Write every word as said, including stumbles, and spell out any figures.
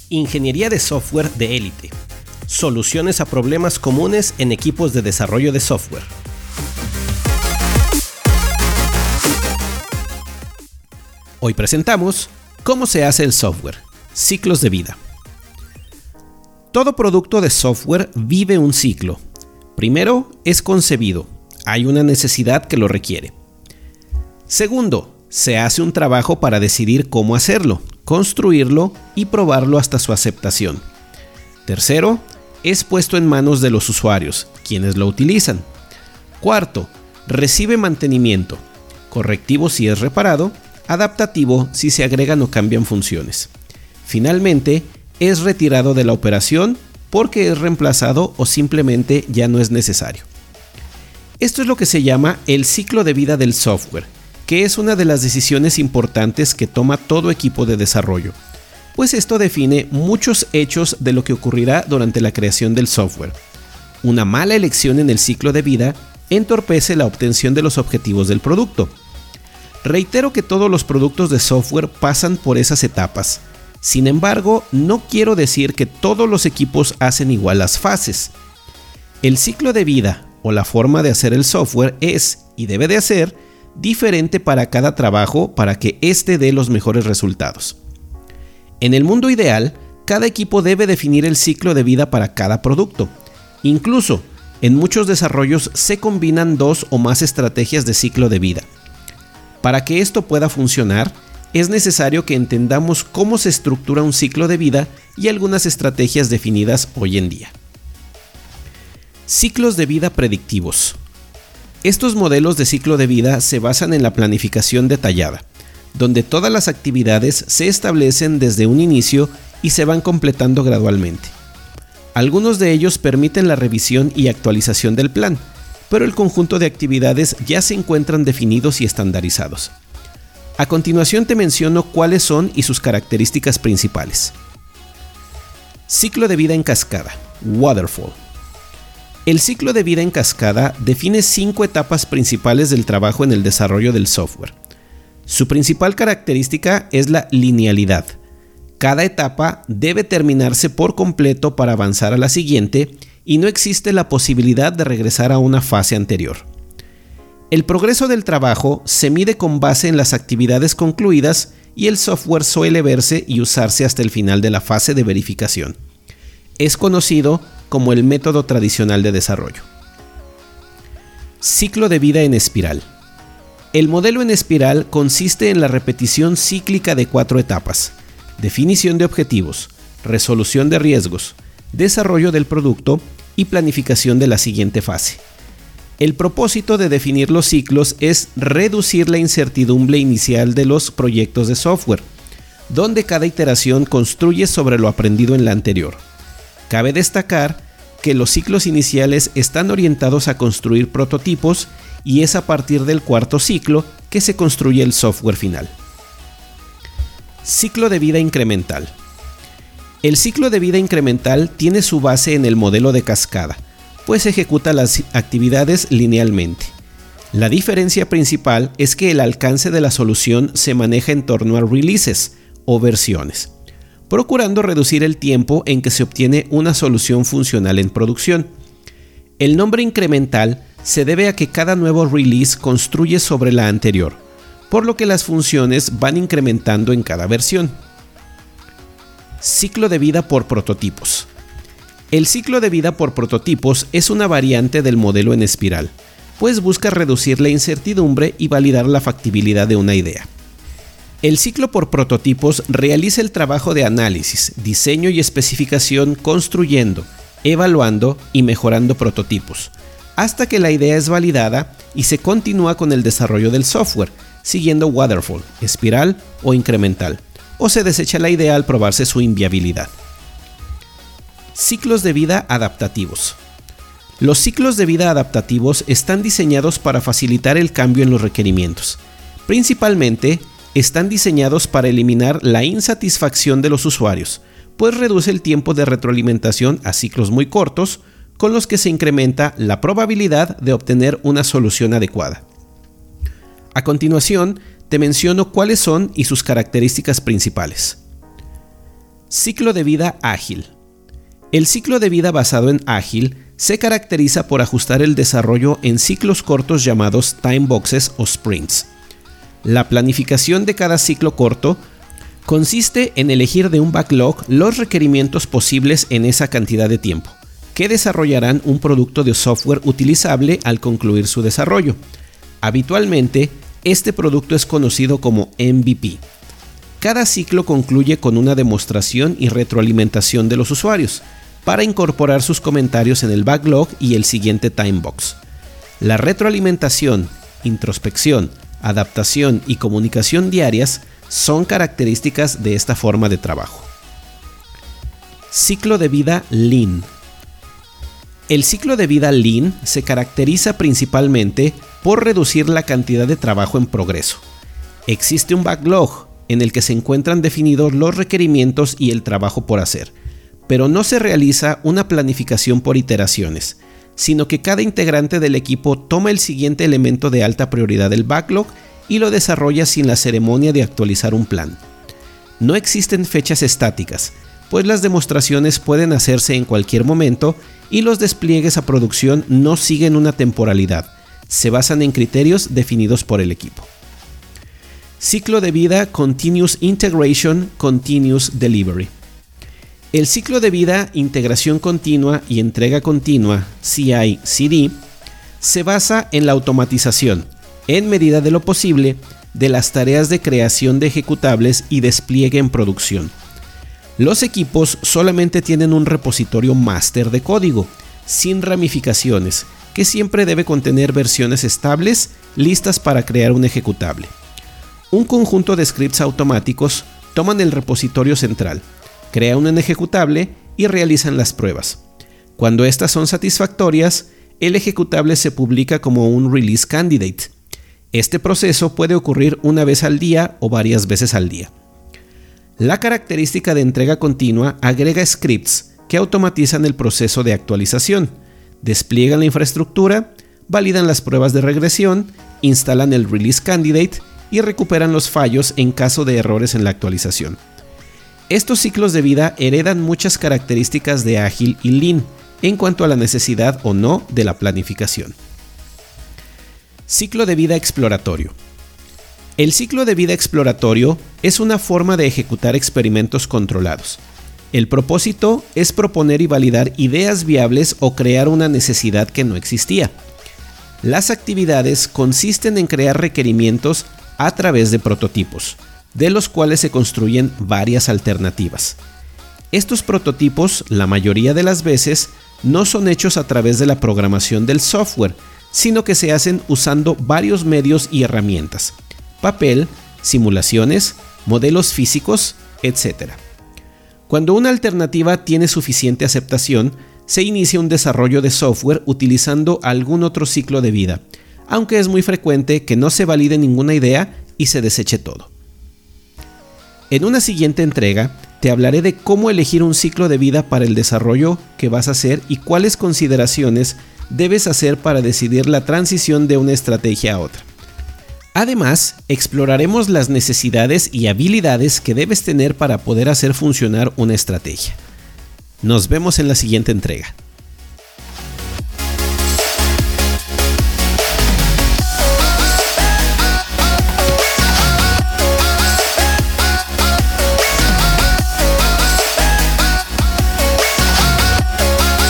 Ingeniería de software de élite. Soluciones a problemas comunes en equipos de desarrollo de software. Hoy presentamos cómo se hace el software. Ciclos de vida. Todo producto de software vive un ciclo. Primero, es concebido. Hay una necesidad que lo requiere. Segundo, se hace un trabajo para decidir cómo hacerlo, construirlo y probarlo hasta su aceptación. Tercero, es puesto en manos de los usuarios, quienes lo utilizan. Cuarto, recibe mantenimiento, correctivo si es reparado, adaptativo si se agregan o cambian funciones. Finalmente, es retirado de la operación porque es reemplazado o simplemente ya no es necesario. Esto es lo que se llama el ciclo de vida del software, que es una de las decisiones importantes que toma todo equipo de desarrollo, pues esto define muchos hechos de lo que ocurrirá durante la creación del software. Una mala elección en el ciclo de vida entorpece la obtención de los objetivos del producto. Reitero que todos los productos de software pasan por esas etapas. Sin embargo, no quiero decir que todos los equipos hacen igual las fases. El ciclo de vida o la forma de hacer el software es, y debe de ser, diferente para cada trabajo para que éste dé los mejores resultados. En el mundo ideal, cada equipo debe definir el ciclo de vida para cada producto. Incluso, en muchos desarrollos se combinan dos o más estrategias de ciclo de vida. Para que esto pueda funcionar, es necesario que entendamos cómo se estructura un ciclo de vida y algunas estrategias definidas hoy en día. Ciclos de vida predictivos. Estos modelos de ciclo de vida se basan en la planificación detallada, donde todas las actividades se establecen desde un inicio y se van completando gradualmente. Algunos de ellos permiten la revisión y actualización del plan, pero el conjunto de actividades ya se encuentran definidos y estandarizados. A continuación te menciono cuáles son y sus características principales. Ciclo de vida en cascada, Waterfall. El ciclo de vida en cascada define cinco etapas principales del trabajo en el desarrollo del software. Su principal característica es la linealidad. Cada etapa debe terminarse por completo para avanzar a la siguiente y no existe la posibilidad de regresar a una fase anterior. El progreso del trabajo se mide con base en las actividades concluidas y el software suele verse y usarse hasta el final de la fase de verificación. Es conocido como el método tradicional de desarrollo. Ciclo de vida en espiral. El modelo en espiral consiste en la repetición cíclica de cuatro etapas: definición de objetivos, resolución de riesgos, desarrollo del producto y planificación de la siguiente fase. El propósito de definir los ciclos es reducir la incertidumbre inicial de los proyectos de software, donde cada iteración construye sobre lo aprendido en la anterior. Cabe destacar que los ciclos iniciales están orientados a construir prototipos y es a partir del cuarto ciclo que se construye el software final. Ciclo de vida incremental. El ciclo de vida incremental tiene su base en el modelo de cascada, pues ejecuta las actividades linealmente. La diferencia principal es que el alcance de la solución se maneja en torno a releases o versiones, procurando reducir el tiempo en que se obtiene una solución funcional en producción. El nombre incremental se debe a que cada nuevo release construye sobre la anterior, por lo que las funciones van incrementando en cada versión. Ciclo de vida por prototipos. El ciclo de vida por prototipos es una variante del modelo en espiral, pues busca reducir la incertidumbre y validar la factibilidad de una idea. El ciclo por prototipos realiza el trabajo de análisis, diseño y especificación construyendo, evaluando y mejorando prototipos, hasta que la idea es validada y se continúa con el desarrollo del software, siguiendo waterfall, espiral o incremental, o se desecha la idea al probarse su inviabilidad. Ciclos de vida adaptativos. Los ciclos de vida adaptativos están diseñados para facilitar el cambio en los requerimientos. Principalmente, están diseñados para eliminar la insatisfacción de los usuarios, pues reduce el tiempo de retroalimentación a ciclos muy cortos, con los que se incrementa la probabilidad de obtener una solución adecuada. A continuación, te menciono cuáles son y sus características principales. Ciclo de vida ágil. El ciclo de vida basado en ágil se caracteriza por ajustar el desarrollo en ciclos cortos llamados time boxes o sprints. La planificación de cada ciclo corto consiste en elegir de un backlog los requerimientos posibles en esa cantidad de tiempo, que desarrollarán un producto de software utilizable al concluir su desarrollo. Habitualmente, este producto es conocido como M V P. Cada ciclo concluye con una demostración y retroalimentación de los usuarios, para incorporar sus comentarios en el backlog y el siguiente timebox. La retroalimentación, introspección, adaptación y comunicación diarias son características de esta forma de trabajo. Ciclo de vida Lean. El ciclo de vida Lean se caracteriza principalmente por reducir la cantidad de trabajo en progreso. Existe un backlog en el que se encuentran definidos los requerimientos y el trabajo por hacer, pero no se realiza una planificación por iteraciones, sino que cada integrante del equipo toma el siguiente elemento de alta prioridad del backlog y lo desarrolla sin la ceremonia de actualizar un plan. No existen fechas estáticas, pues las demostraciones pueden hacerse en cualquier momento y los despliegues a producción no siguen una temporalidad, se basan en criterios definidos por el equipo. Ciclo de vida Continuous Integration, Continuous Delivery. El ciclo de vida, integración continua y entrega continua, C I C D, se basa en la automatización, en medida de lo posible, de las tareas de creación de ejecutables y despliegue en producción. Los equipos solamente tienen un repositorio máster de código, sin ramificaciones, que siempre debe contener versiones estables, listas para crear un ejecutable. Un conjunto de scripts automáticos toman el repositorio central, crean un ejecutable y realizan las pruebas. Cuando estas son satisfactorias, el ejecutable se publica como un release candidate. Este proceso puede ocurrir una vez al día o varias veces al día. La característica de entrega continua agrega scripts que automatizan el proceso de actualización, despliegan la infraestructura, validan las pruebas de regresión, instalan el release candidate y recuperan los fallos en caso de errores en la actualización. Estos ciclos de vida heredan muchas características de ágil y lean en cuanto a la necesidad o no de la planificación. Ciclo de vida exploratorio. El ciclo de vida exploratorio es una forma de ejecutar experimentos controlados. El propósito es proponer y validar ideas viables o crear una necesidad que no existía. Las actividades consisten en crear requerimientos a través de prototipos, de los cuales se construyen varias alternativas. Estos prototipos, la mayoría de las veces, no son hechos a través de la programación del software, sino que se hacen usando varios medios y herramientas: papel, simulaciones, modelos físicos, etcétera. Cuando una alternativa tiene suficiente aceptación, se inicia un desarrollo de software utilizando algún otro ciclo de vida, aunque es muy frecuente que no se valide ninguna idea y se deseche todo. En una siguiente entrega, te hablaré de cómo elegir un ciclo de vida para el desarrollo que vas a hacer y cuáles consideraciones debes hacer para decidir la transición de una estrategia a otra. Además, exploraremos las necesidades y habilidades que debes tener para poder hacer funcionar una estrategia. Nos vemos en la siguiente entrega.